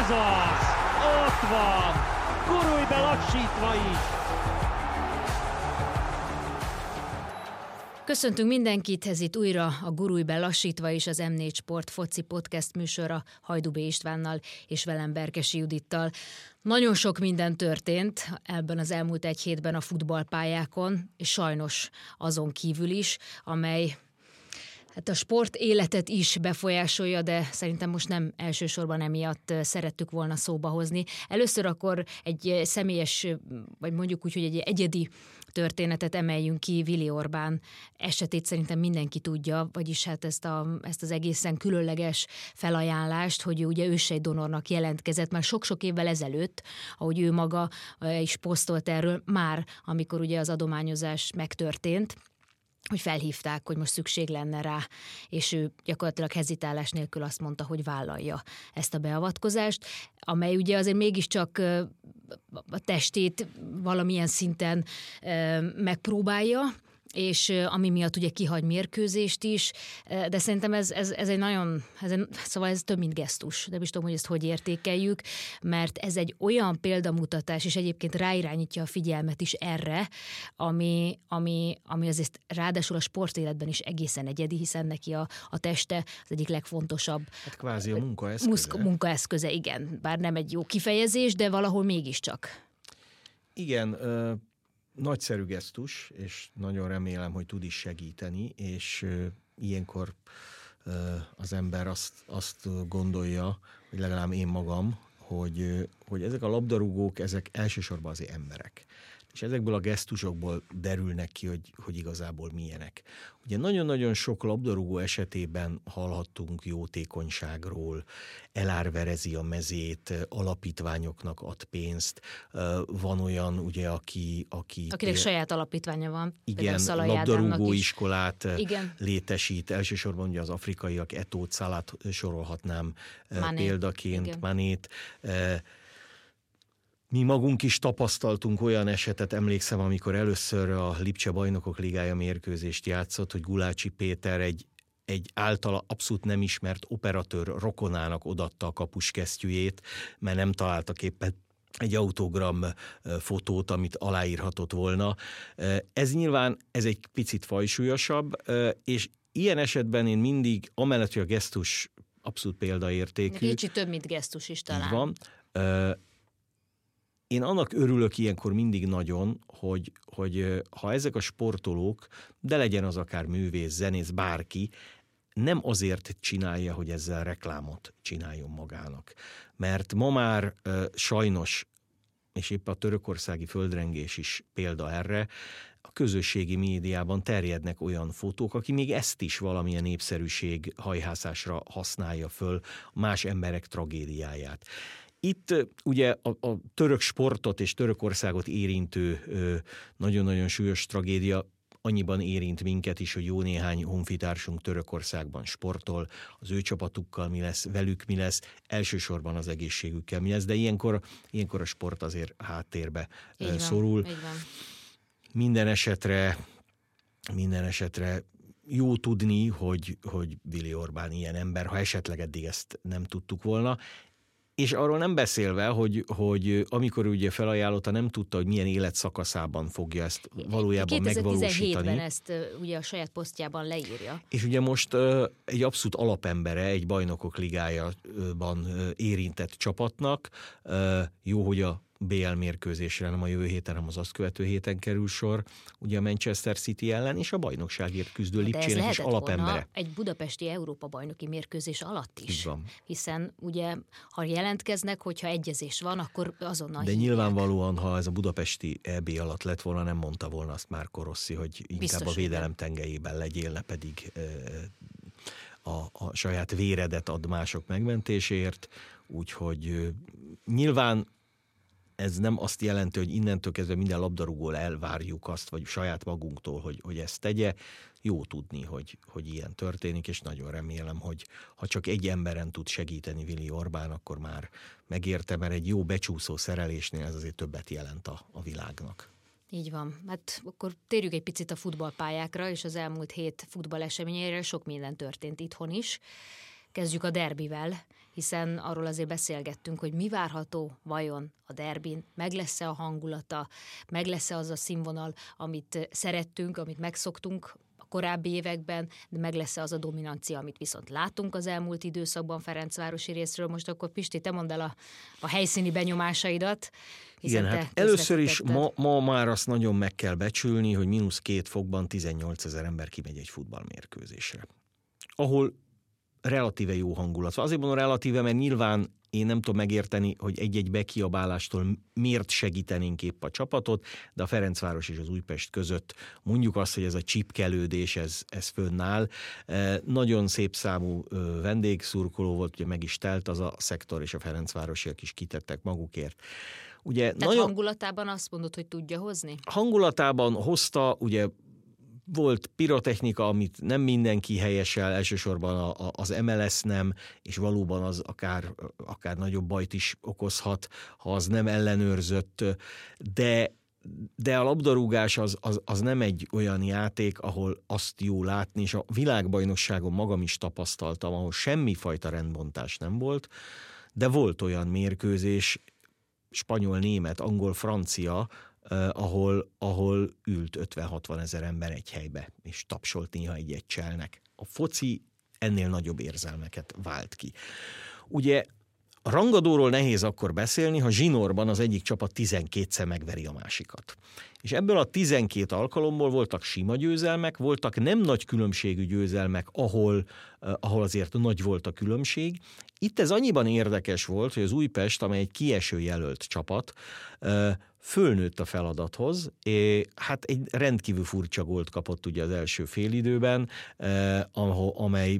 Ez az! Ott van! Gurulj be lassítva is! Köszöntünk mindenkit, ez itt újra a Gurulj be lassítva is, az M4 Sport foci podcast műsora Hajdú B. Istvánnal és velem Berkesi Judittal. Nagyon sok minden történt ebben az elmúlt egy hétben a futballpályákon, és sajnos azon kívül is, amely hát a sport életet is befolyásolja, de szerintem most nem elsősorban emiatt szerettük volna szóba hozni. Először akkor egy személyes, vagy mondjuk úgy, hogy egy egyedi történetet emeljünk ki. Willi Orbán esetét szerintem mindenki tudja, vagyis hát ezt az egészen különleges felajánlást, hogy ugye ősejdonornak jelentkezett már sok-sok évvel ezelőtt, ahogy ő maga is posztolt erről már, amikor ugye az adományozás megtörtént, hogy felhívták, hogy most szükség lenne rá, és ő gyakorlatilag hezitálás nélkül azt mondta, hogy vállalja ezt a beavatkozást, amely ugye azért mégiscsak a testét valamilyen szinten megpróbálja, és ami miatt ugye kihagy mérkőzést is, de szerintem ez egy nagyon, szóval ez több, mint gesztus. Nem is tudom, hogy ezt hogy értékeljük, mert ez egy olyan példamutatás, és egyébként ráirányítja a figyelmet is erre, ami azért ráadásul a sportéletben is egészen egyedi, hiszen neki a teste az egyik legfontosabb. Hát kvázi a munkaeszköze. Munkaeszköze, igen. Bár nem egy jó kifejezés, de valahol mégiscsak. Igen, nagyszerű gesztus, és nagyon remélem, hogy tud is segíteni, és ilyenkor az ember azt gondolja, hogy legalább én magam, hogy ezek a labdarúgók, ezek elsősorban azért emberek. És ezekből a gesztusokból derülnek ki, hogy igazából milyenek. Ugye nagyon-nagyon sok labdarúgó esetében hallhattunk jótékonyságról, elárverezi a mezét, alapítványoknak ad pénzt. Van olyan, ugye, akinek saját alapítványa van. Igen, labdarúgó iskolát létesít. Elsősorban ugye az afrikaiak, Etót, Szalát sorolhatnám példaként, igen. Manét. Mi magunk is tapasztaltunk olyan esetet, emlékszem, amikor először a Lipcse Bajnokok Ligája mérkőzést játszott, hogy Gulácsi Péter egy általa abszolút nem ismert operatőr rokonának odatta a kapuskesztyűjét, mert nem találtak éppen egy autogram fotót, amit aláírhatott volna. Ez nyilván egy picit fajsúlyosabb, és ilyen esetben én mindig, amellett, hogy a gesztus abszolút példaértékű. Kicsit több, mint gesztus is talán. Így van. Én annak örülök ilyenkor mindig nagyon, hogy ha ezek a sportolók, de legyen az akár művész, zenész, bárki, nem azért csinálja, hogy ezzel reklámot csináljon magának. Mert ma már sajnos, és épp a törökországi földrengés is példa erre, a közösségi médiában terjednek olyan fotók, aki még ezt is valamilyen népszerűség hajhászásra használja föl, más emberek tragédiáját. Itt ugye a török sportot és Törökországot érintő nagyon-nagyon súlyos tragédia annyiban érint minket is, hogy jó néhány honfitársunk Törökországban sportol, az ő csapatukkal mi lesz, velük mi lesz, elsősorban az egészségükkel mi lesz, de ilyenkor a sport azért háttérbe szorul. Így van. Minden esetre jó tudni, hogy Willi Orbán ilyen ember, ha esetleg eddig ezt nem tudtuk volna. És arról nem beszélve, hogy amikor ugye felajánlotta, nem tudta, hogy milyen életszakaszában fogja ezt valójában megvalósítani. 2017-ben ezt ugye a saját posztjában leírja. És ugye most egy abszolút alapembere egy Bajnokok Ligájában érintett csapatnak. Jó, hogy a BL mérkőzésre nem a jövő héten, hanem az azt követő héten kerül sor, ugye a Manchester City ellen, és a bajnokságért küzdő Lipcsének is alapembere. Egy budapesti Európa-bajnoki mérkőzés alatt is. Így van. Hiszen ugye, ha jelentkeznek, hogyha egyezés van, akkor azonnal de hívják. Nyilvánvalóan, ha ez a budapesti EB alatt lett volna, nem mondta volna azt Márko Rossi, hogy inkább biztos, a védelem tengelyében legyél, ne pedig a saját véredet ad mások megmentéséért. Úgyhogy nyilván ez nem azt jelenti, hogy innentől kezdve minden labdarúgól elvárjuk azt, vagy saját magunktól, hogy ezt tegye. Jó tudni, hogy ilyen történik, és nagyon remélem, hogy ha csak egy emberen tud segíteni Willi Orbán, akkor már megérte, mert egy jó becsúszó szerelésnél ez azért többet jelent a világnak. Így van. Hát akkor térjük egy picit a futballpályákra, és az elmúlt hét futballeseményére sok minden történt itthon is. Kezdjük a derbivel. hiszen arról azért beszélgettünk, hogy mi várható vajon a derbin, meg lesz-e a hangulata, meg lesz-e az a színvonal, amit szerettünk, amit megszoktunk a korábbi években, de meg lesz-e az a dominancia, amit viszont látunk az elmúlt időszakban Ferencvárosi részről. Most akkor Pisti, te mondd el a helyszíni benyomásaidat. Igen, hát először is ma már azt nagyon meg kell becsülni, hogy -2 fokban 18 000 ember kimegy egy futballmérkőzésre, ahol relatíve jó hangulat. Azért mondom relatíve, mert nyilván én nem tudom megérteni, hogy egy-egy bekiabálástól miért segítenénk épp a csapatot, de a Ferencváros és az Újpest között mondjuk azt, hogy ez a csipkelődés, ez fönnáll. Nagyon szép számú vendégszurkoló volt, ugye meg is telt az a szektor, és a ferencvárosiak is kitettek magukért. Ugye tehát hangulatában azt mondod, hogy tudja hozni? Hangulatában hozta, ugye volt pirotechnika, amit nem mindenki helyesel, elsősorban az MLS nem, és valóban az akár nagyobb bajt is okozhat, ha az nem ellenőrzött, de a labdarúgás az nem egy olyan játék, ahol azt jó látni, és a világbajnokságon magam is tapasztaltam, ahol semmifajta rendbontás nem volt, de volt olyan mérkőzés, spanyol, német, angol, francia, ahol ült 50-60 ezer ember egy helybe, és tapsolt néha egy cselnek. A foci ennél nagyobb érzelmeket vált ki. Ugye a rangadóról nehéz akkor beszélni, ha zsinórban az egyik csapat 12-szer megveri a másikat. És ebből a 12 alkalomból voltak sima győzelmek, voltak nem nagy különbségű győzelmek, ahol azért nagy volt a különbség. Itt ez annyiban érdekes volt, hogy az Újpest, amely egy kieső jelölt csapat, fölnőtt a feladathoz, hát egy rendkívül furcsa gólt kapott ugye az első félidőben, amely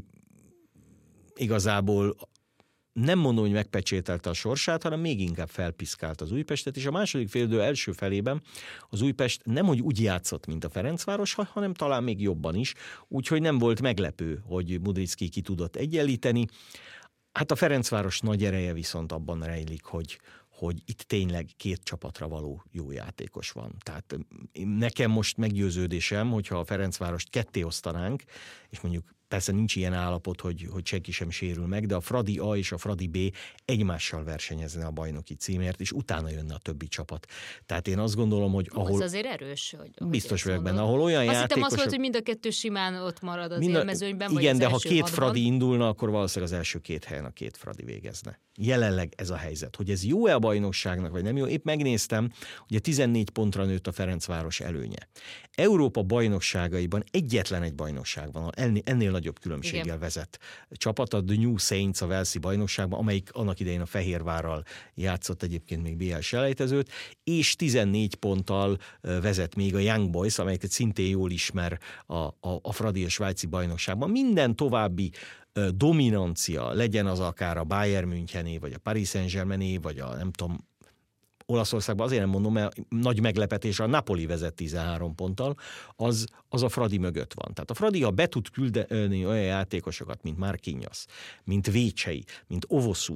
igazából nem mondom, hogy megpecsételte a sorsát, hanem még inkább felpiszkált az Újpestet, és a második félidő első felében az Újpest nemhogy úgy játszott, mint a Ferencváros, hanem talán még jobban is, úgyhogy nem volt meglepő, hogy Mudrycki ki tudott egyenlíteni. Hát a Ferencváros nagy ereje viszont abban rejlik, hogy itt tényleg két csapatra való jó játékos van. Tehát nekem most meggyőződésem, hogyha a Ferencvárost ketté osztanánk, és mondjuk persze nincs ilyen állapot, hogy senki sem sérül meg, de a Fradi A és a Fradi B egymással versenyezne a bajnoki címért, és utána jönne a többi csapat. Tehát én azt gondolom, hogy ahol... Ez azért erős, hogy biztos vagyok benne, ahol olyan játékosok... Azt hittem azt volt, hogy mind a kettő simán ott marad az élmezőnyben, igen, vagy de ha két hadban. Fradi indulna, akkor valószínűleg az első két helyen a két Fradi végezne. Jelenleg ez a helyzet. Hogy ez jó-e a bajnokságnak, vagy nem jó? Épp megnéztem, hogy a 14 pontra nőtt a Ferencváros előnye. Európa bajnokságaiban egyetlen egy bajnokság van, ennél nagyobb különbséggel igen. vezet csapat, a The New Saints a Walesi bajnokságban, amelyik annak idején a Fehérvárral játszott egyébként még BL selejtezőt, és 14 ponttal vezet még a Young Boys, amelyeket szintén jól ismer a Fradi és svájci bajnokságban. Minden további dominancia, legyen az akár a Bayern Münchené, vagy a Paris Saint-Germainé, vagy a nem tudom, Olaszországban azért nem mondom, mert nagy meglepetés, a Napoli vezet 13 ponttal, az a Fradi mögött van. Tehát a Fradi, ha be tud küldeni olyan játékosokat, mint Marquinhos, mint Vécsei, mint Ovosu,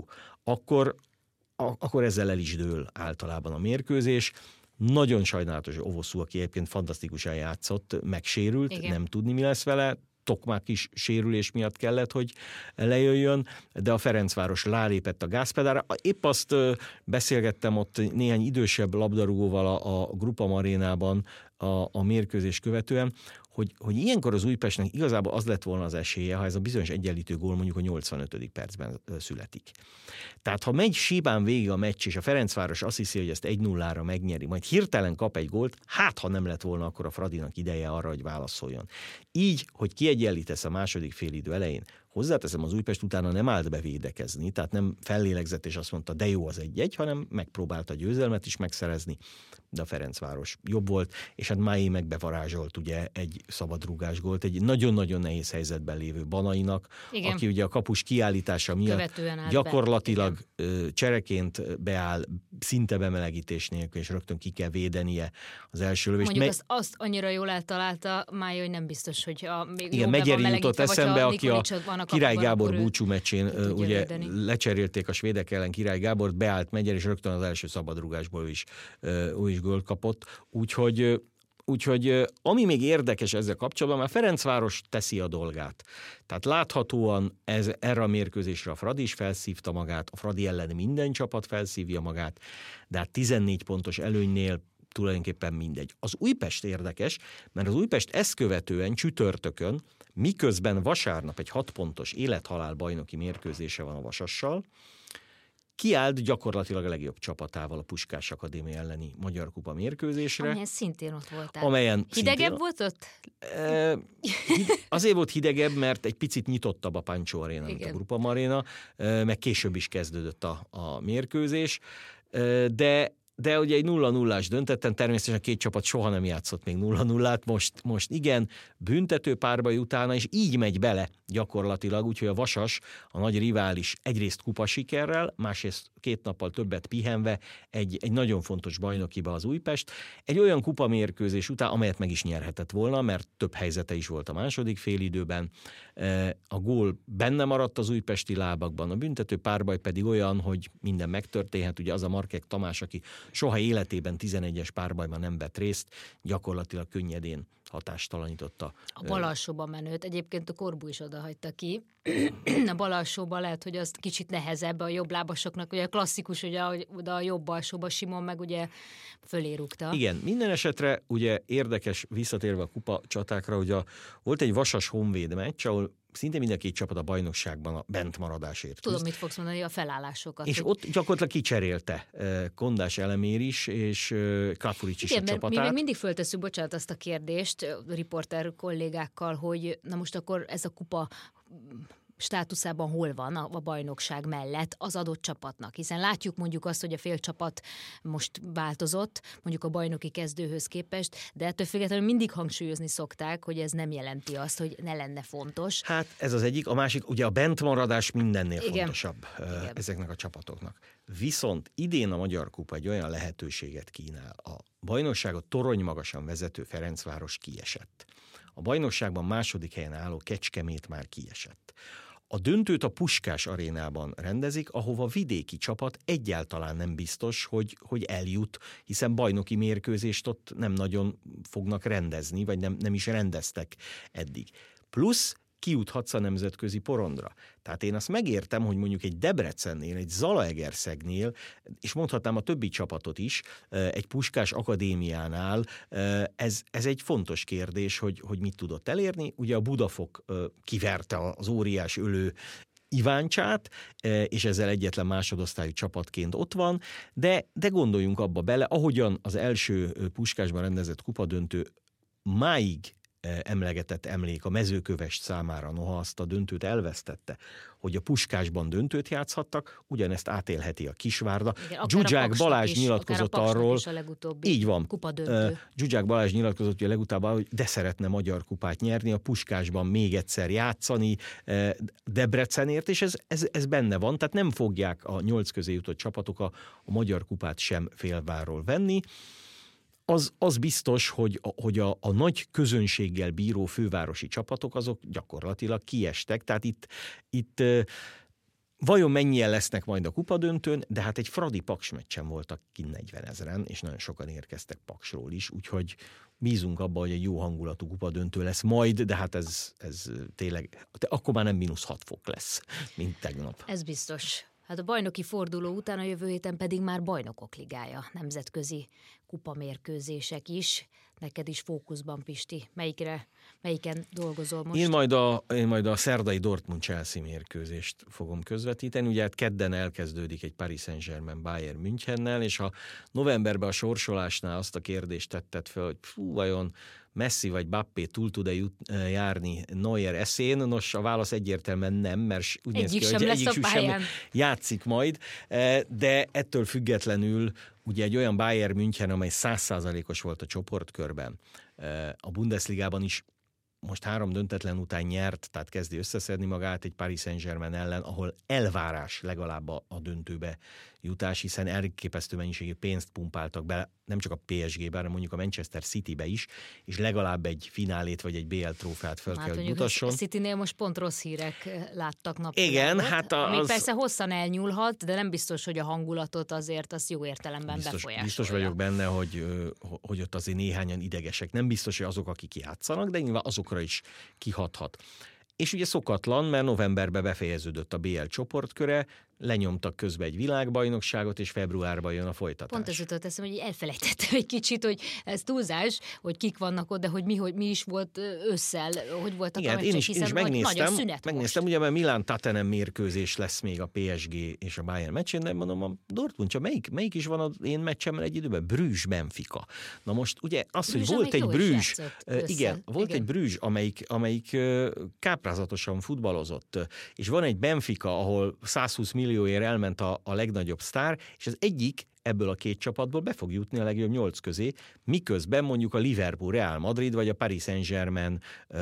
akkor ezzel el is dől általában a mérkőzés. Nagyon sajnálatos, hogy Ovosu, aki egyébként fantasztikusan játszott, megsérült, igen. nem tudni, mi lesz vele. Tokmák is sérülés miatt kellett, hogy lejöjjön, de a Ferencváros rálépett a gázpedára. Épp azt beszélgettem ott néhány idősebb labdarúgóval a Grupam arénában a mérkőzés követően, hogy ilyenkor az Újpestnek igazából az lett volna az esélye, ha ez a bizonyos egyenlítő gól mondjuk a 85. percben születik. Tehát ha megy síbán végig a meccs, és a Ferencváros azt hiszi, hogy ezt 1-0-ra megnyeri, majd hirtelen kap egy gólt, hát ha nem lett volna akkor a Fradinak ideje arra, hogy válaszoljon. Így, hogy kiegyenlítesz a második félidő elején, hozzáteszem, az Újpest utána nem állt be védekezni, tehát nem fellélegzett és azt mondta, de jó az 1-1, hanem megpróbálta a győzelmet is megszerezni, de a Ferencváros jobb volt, és hát Máé megbevarázsolt ugye egy szabadrúgás gólt, egy nagyon-nagyon nehéz helyzetben lévő Banainak, igen. aki ugye a kapus kiállítása miatt gyakorlatilag csereként beáll, szinte bemelegítés nélkül, és rögtön ki kell védenie az első lövést. Mondjuk azt annyira jól eltalálta Máé, hogy nem biztos, hogy még igen, Megyeri jutott eszembe, aki a Király Gábor búcsú meccsén ugye lecserélték a svédek ellen Király Gábort, beállt Megyer, és rögtön az első szabadrúgásból ő is gólt kapott. Úgyhogy Úgyhogy ami még érdekes ezzel kapcsolatban, már Ferencváros teszi a dolgát. Tehát láthatóan erre a mérkőzésre a Fradi is felszívta magát, a Fradi ellen minden csapat felszívja magát, de hát 14 pontos előnynél tulajdonképpen mindegy. Az Újpest érdekes, mert az Újpest ezt követően csütörtökön, miközben vasárnap egy 6 pontos élet-halál bajnoki mérkőzése van a Vasassal, kiállt gyakorlatilag a legjobb csapatával a Puskás Akadémia elleni Magyar Kupa mérkőzésre. Amelyen szintén ott voltál. Hidegebb volt ott? Azért volt hidegebb, mert egy picit nyitottabb a Pancho Arena, mint a Grupama Arena, meg később is kezdődött a mérkőzés, de ugye egy 0-0-ás döntetten, természetesen két csapat soha nem játszott még 0-0-át, most igen, büntető párbaj utána, és így megy bele gyakorlatilag, úgyhogy a Vasas, a nagy rivális egyrészt kupa sikerrel, másrészt 2 nappal többet pihenve egy nagyon fontos bajnokiba az Újpest, egy olyan kupamérkőzés után, amelyet meg is nyerhetett volna, mert több helyzete is volt a második félidőben, a gól benne maradt az újpesti lábakban, a büntető párbaj pedig olyan, hogy minden megtörténhet, ugye az a Markek Tamás, aki soha életében 11-es párbajban nem vett részt, gyakorlatilag könnyedén hatástalanította. A bal alsóba menőt, egyébként a Korbu is odahagyta ki. A bal alsóba lehet, hogy az kicsit nehezebb a jobblábasoknak, ugye a klasszikus, ugye oda a jobb alsóba Simon meg ugye fölé rúgta. Igen, minden esetre ugye érdekes visszatérve a kupa csatákra, hogy volt egy Vasas Honvéd meccs, ahol szinte mind a két csapat a bajnokságban a bentmaradásért. Tudom, mit fogsz mondani, a felállásokat. És ott gyakorlatilag kicserélte Kondás Elemér is, és Kafurics is a csapatát. Mi még mindig föltesszük, bocsánat, azt a kérdést riporter kollégákkal, hogy na most akkor ez a kupa státuszában hol van a bajnokság mellett az adott csapatnak. Hiszen látjuk mondjuk azt, hogy a félcsapat most változott, mondjuk a bajnoki kezdőhöz képest, de ettől függetlenül mindig hangsúlyozni szokták, hogy ez nem jelenti azt, hogy ne lenne fontos. Hát ez az egyik, a másik, ugye a bentmaradás mindennél fontosabb ezeknek a csapatoknak. Viszont idén a Magyar Kupa egy olyan lehetőséget kínál. A bajnokságot toronymagasan vezető Ferencváros kiesett. A bajnokságban második helyen álló Kecskemét már kiesett. A döntőt a Puskás arénában rendezik, ahova vidéki csapat egyáltalán nem biztos, hogy eljut, hiszen bajnoki mérkőzést ott nem nagyon fognak rendezni, vagy nem is rendeztek eddig. Plusz kijuthatsz a nemzetközi porondra. Tehát én azt megértem, hogy mondjuk egy Debrecennél, egy Zalaegerszegnél, és mondhatnám a többi csapatot is, egy Puskás Akadémiánál, ez egy fontos kérdés, hogy mit tudott elérni. Ugye a Budafok kiverte az óriás ölő Iváncsát, és ezzel egyetlen másodosztályú csapatként ott van, de gondoljunk abba bele, ahogyan az első Puskásban rendezett kupadöntő máig emlegetett emlék a Mezőkövesd számára, noha azt a döntőt elvesztette, hogy a Puskásban döntőt játszhattak, ugyanezt átélheti a Kisvárda. Zsuzsák Balázs nyilatkozott arról, így van, Zsuzsák Balázs nyilatkozott ugye legutóbb, hogy de szeretne magyar kupát nyerni, a Puskásban még egyszer játszani Debrecenért, és ez benne van, tehát nem fogják a 8 közé jutott csapatok a magyar kupát sem félváról venni. Az biztos, hogy a nagy közönséggel bíró fővárosi csapatok azok gyakorlatilag kiestek, tehát itt vajon mennyien lesznek majd a kupadöntőn, de hát egy Fradi Paks meccsen voltak kint 40 000-en, és nagyon sokan érkeztek Paksról is, úgyhogy bízunk abba, hogy egy jó hangulatú kupadöntő lesz majd, de hát ez tényleg, akkor már nem -6 fok lesz, mint tegnap. Ez biztos. Hát a bajnoki forduló után a jövő héten pedig már Bajnokok Ligája, nemzetközi kupamérkőzések is. Neked is fókuszban, Pisti. Melyiken dolgozol most? Én majd a szerdai Dortmund-Chelsea mérkőzést fogom közvetíteni. Ugye hát kedden elkezdődik egy Paris Saint-Germain Bayern Münchennel, és ha novemberben a sorsolásnál azt a kérdést tetted fel, hogy vajon Messi vagy Mbappé túl tud-e járni Neuer eszén? Nos, a válasz egyértelműen nem, mert úgy néz ki, hogy egyik sem játszik majd, de ettől függetlenül ugye egy olyan Bayern München, amely 100%-os volt a csoportkörben, a Bundesligában is most 3 döntetlen után nyert, tehát kezdi összeszedni magát egy Paris Saint-Germain ellen, ahol elvárás legalább a döntőbe jutás, hiszen elképesztő mennyiségű pénzt pumpáltak be, nem csak a PSG-be, hanem mondjuk a Manchester City-be is, és legalább egy finálét vagy egy BL trófeát fel kell, hogy mutasson. A Citynél most pont rossz hírek láttak napvilágot. Igen, hát még persze hosszan elnyúlhat, de nem biztos, hogy a hangulatot azért azt jó értelemben befolyásolja. Biztos vagyok benne, hogy ott azért néhányan idegesek. Nem biztos, hogy azok, akik játszanak, de nyilván azokra is kihathat. És ugye szokatlan, mert novemberben befejeződött a BL csoportköre, lenyomtak közben egy világbajnokságot, és februárban jön a folytatás. Pont ez jutott eszembe, hogy elfelejtettem egy kicsit, hogy ez túlzás, hogy kik vannak ott, de hogy mi is volt ősszel, hogy voltak igen, a meccsek, hiszen megnéztem, ugye, mert Milán-Tottenham mérkőzés lesz még a PSG és a Bayern meccsén, de mondom, a Dortmund, melyik is van az én meccsemmel egy időben? Bruges-Benfica. Na most ugye az, hogy volt egy Bruges, egy Bruges, amelyik káprázatosan futballozott, és van egy Benfica, ahol 120 millióért elment a legnagyobb sztár, és az egyik ebből a 2 csapatból be fog jutni a legjobb 8 közé, miközben mondjuk a Liverpool, Real Madrid vagy a Paris Saint-Germain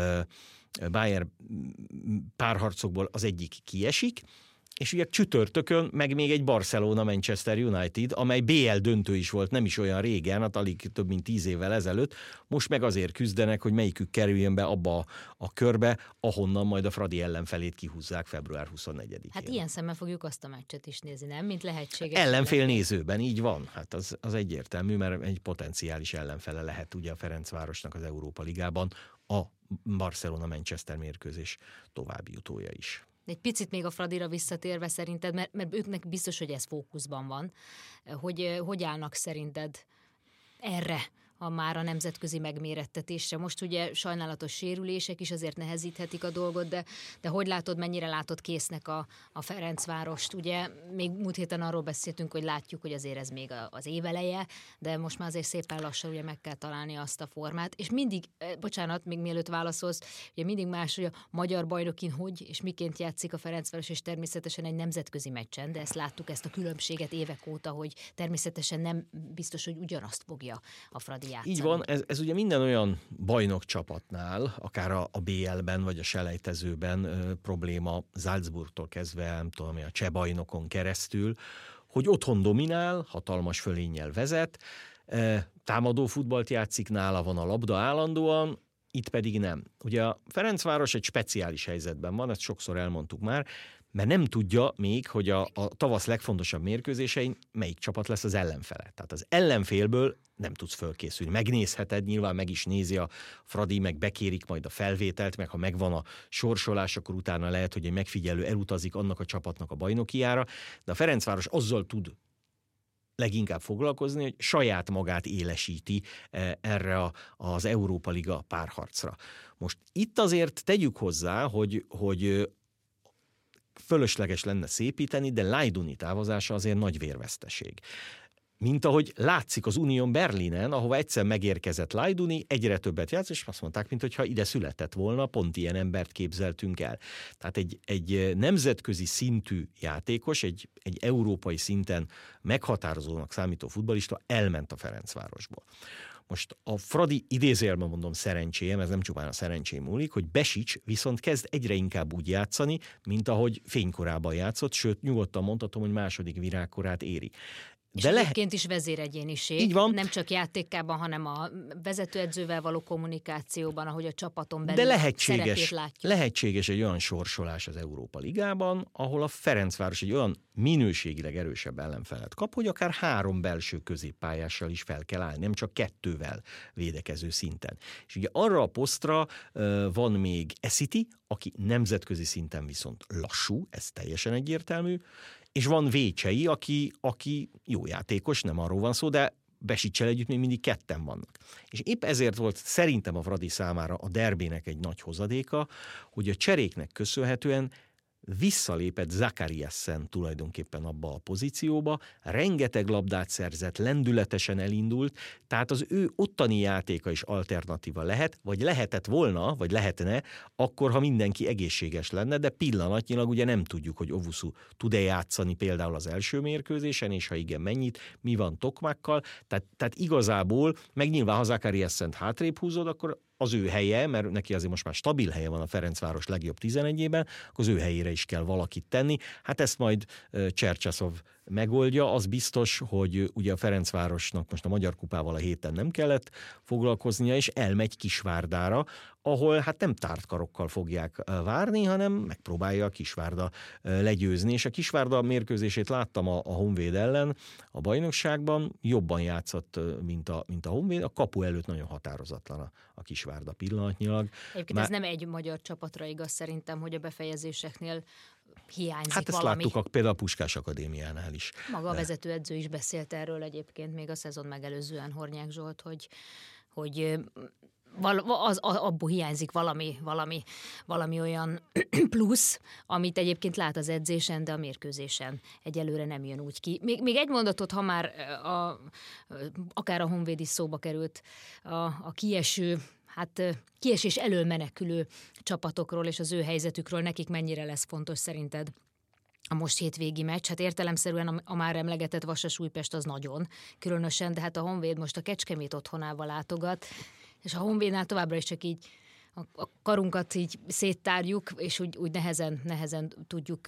Bayern párharcokból az egyik kiesik, és ugye csütörtökön meg még egy Barcelona-Manchester United, amely BL döntő is volt nem is olyan régen, hát alig több mint 10 évvel ezelőtt, most meg azért küzdenek, hogy melyikük kerüljön be abba a körbe, ahonnan majd a Fradi ellenfelét kihúzzák február 24-én. Hát ilyen szemmel fogjuk azt a meccset is nézni, nem? Mint lehetséges. Ellenfél nézőben, így van. Hát az egyértelmű, mert egy potenciális ellenfele lehet ugye a Ferencvárosnak az Európa Ligában a Barcelona-Manchester mérkőzés további jutója is. Egy picit még a Fradira visszatérve szerinted, mert őknek biztos, hogy ez fókuszban van, hogy állnak szerinted erre már a nemzetközi megmérettetésre. Most ugye sajnálatos sérülések is azért nehezíthetik a dolgot, de hogy látod, mennyire látod késznek a Ferencvárost? Ugye még múlt héten arról beszéltünk, hogy látjuk, hogy azért ez még az éveleje, de most már azért szépen lassan ugye meg kell találni azt a formát. És mindig, bocsánat, még mielőtt válaszolsz, ugye mindig más, hogy a magyar bajnokin hogy és miként játszik a Ferencváros, és természetesen egy nemzetközi meccsen, de ezt láttuk, ezt a különbséget évek óta, hogy természetesen nem biztos, hogy ugyanazt fogja a Fradi játszani. Így van, ez ugye minden olyan bajnok csapatnál, akár a BL-ben vagy a selejtezőben probléma Salzburgtól kezdve, nem tudom, a cseh bajnokon keresztül, hogy otthon dominál, hatalmas fölénnyel vezet, támadó futballt játszik, nála van a labda állandóan, itt pedig nem. Ugye a Ferencváros egy speciális helyzetben van, ezt sokszor elmondtuk már, mert nem tudja még, hogy a tavasz legfontosabb mérkőzésein melyik csapat lesz az ellenfele. Tehát az ellenfélből nem tudsz fölkészülni. Megnézheted, nyilván meg is nézi a Fradi, meg bekérik majd a felvételt, meg ha megvan a sorsolás, akkor utána lehet, hogy egy megfigyelő elutazik annak a csapatnak a bajnokiára, de a Ferencváros azzal tud leginkább foglalkozni, hogy saját magát élesíti erre az Európa Liga párharcra. Most itt azért tegyük hozzá, hogy fölösleges lenne szépíteni, de Lajduni távozása azért nagy vérveszteség. Mint ahogy látszik az Unión Berlinen, ahova egyszer megérkezett Lajduni, egyre többet játsz, és azt mondták, mintha ide született volna, pont ilyen embert képzeltünk el. Tehát egy nemzetközi szintű játékos, egy európai szinten meghatározónak számító futballista elment a Ferencvárosból. Most a Fradi idézőjelben mondom szerencséje, ez nem csupán a szerencsém múlik, hogy Besics viszont kezd egyre inkább úgy játszani, mint ahogy fénykorában játszott, sőt nyugodtan mondhatom, hogy második virágkorát éri. És egyébként is vezéregyeniség, így van. Nem csak játékában, hanem a vezetőedzővel való kommunikációban, ahogy a csapaton belül szerepét látjuk. Lehetséges egy olyan sorsolás az Európa Ligában, ahol a Ferencváros egy olyan minőségileg erősebb ellenfelet kap, hogy akár 3 belső középpályással is fel kell állni, nem csak 2-vel védekező szinten. És ugye arra a posztra van még Esiti, aki nemzetközi szinten viszont lassú, ez teljesen egyértelmű, és van Vécsei, aki jó játékos, nem arról van szó, de Besicsel együtt még mindig 2 vannak. És épp ezért volt szerintem a Fradi számára a derbének egy nagy hozadéka, hogy a cseréknek köszönhetően visszalépett Zakariassen tulajdonképpen abba a pozícióba, rengeteg labdát szerzett, lendületesen elindult, tehát az ő ottani játéka is alternatíva lehet, vagy lehetett volna, vagy lehetne, akkor, ha mindenki egészséges lenne, de pillanatnyilag ugye nem tudjuk, hogy Owusu tud-e játszani például az első mérkőzésen, és ha igen, mennyit, mi van Tokmákkal, tehát igazából, meg nyilván ha Zakariassent hátrébb húzod, akkor az ő helye, mert neki azért most már stabil helye van a Ferencváros legjobb 11-ében, akkor az ő helyére is kell valakit tenni. Hát ezt majd Csercsaszov megoldja. Az biztos, hogy ugye a Ferencvárosnak most a Magyar Kupával a héten nem kellett foglalkoznia, és elmegy Kisvárdára, ahol hát nem tárt karokkal fogják várni, hanem megpróbálja a Kisvárda legyőzni. És a Kisvárda mérkőzését láttam a Honvéd ellen a bajnokságban, jobban játszott, mint a Honvéd. A kapu előtt nagyon határozatlan a Kisvárda pillanatnyilag. Egyébként ez nem egy magyar csapatra igaz szerintem, hogy a befejezéseknél hiányzik hát ezt valami. láttuk például a Puskás Akadémiánál is. Maga a vezetőedző is beszélt erről egyébként még a szezon megelőzően, Hornyák Zsolt, hogy abból hiányzik valami olyan plusz, amit egyébként lát az edzésen, de a mérkőzésen egyelőre nem jön úgy ki. Még egy mondatot, ha már akár a Honvéd is szóba került, a kiesés elől menekülő csapatokról és az ő helyzetükről, nekik mennyire lesz fontos szerinted a most hétvégi meccs? Hát értelemszerűen a már emlegetett Vasas-Újpest az nagyon különösen, de hát a Honvéd most a Kecskemét otthonába látogat, és a Honvédnál továbbra is csak így a karunkat így széttárjuk, és úgy nehezen tudjuk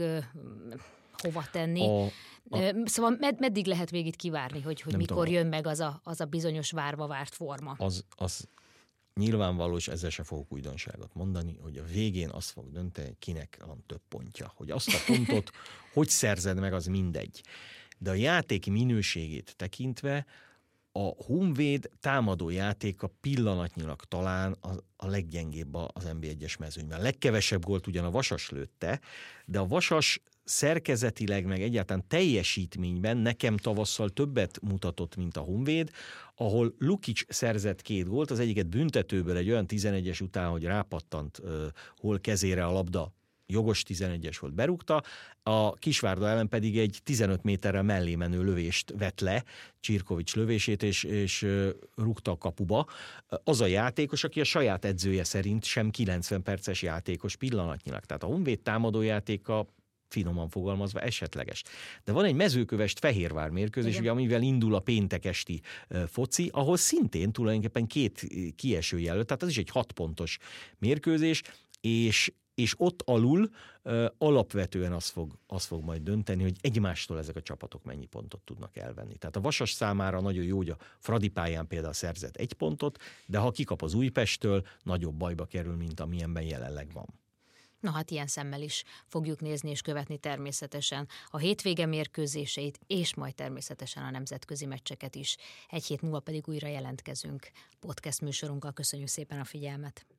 hova tenni. Szóval meddig lehet még itt kivárni, hogy mikor jön meg az a bizonyos várva várt forma? Az nyilvánvaló, és ezzel se fogok újdonságot mondani, hogy a végén azt fog dönteni, kinek van több pontja. Hogy azt a pontot hogy szerzed meg, az mindegy. De a játék minőségét tekintve a Honvéd támadó játéka pillanatnyilag talán a leggyengébb az NB1-es mezőnyben. A legkevesebb gólt ugyan a Vasas lőtte, de a Vasas szerkezetileg meg egyáltalán teljesítményben nekem tavasszal többet mutatott, mint a Honvéd, ahol Lukic szerzett 2 gólt, az egyiket büntetőből egy olyan 11-es után, hogy rápattant hol kezére a labda, jogos 11-es volt, berúgta, a Kisvárda ellen pedig egy 15 méterrel mellé menő lövést vett le, Csirkovics lövését, és rúgta a kapuba. Az a játékos, aki a saját edzője szerint sem 90 perces játékos pillanatnyilag. Tehát a Honvéd támadójátéka finoman fogalmazva esetleges. De van egy Mezőkövesd-Fehérvár mérkőzés, ugye, amivel indul a péntek esti foci, ahol szintén tulajdonképpen 2 kieső jelölt, tehát az is egy 6 pontos mérkőzés, és ott alul alapvetően az fog majd dönteni, hogy egymástól ezek a csapatok mennyi pontot tudnak elvenni. Tehát a Vasas számára nagyon jó, hogy a Fradi pályán például szerzett 1 pontot, de ha kikap az Újpesttől, nagyobb bajba kerül, mint amilyenben jelenleg van. Na hát ilyen szemmel is fogjuk nézni és követni természetesen a hétvége mérkőzéseit, és majd természetesen a nemzetközi meccseket is. 1 hét múlva pedig újra jelentkezünk podcast műsorunkkal. Köszönjük szépen a figyelmet!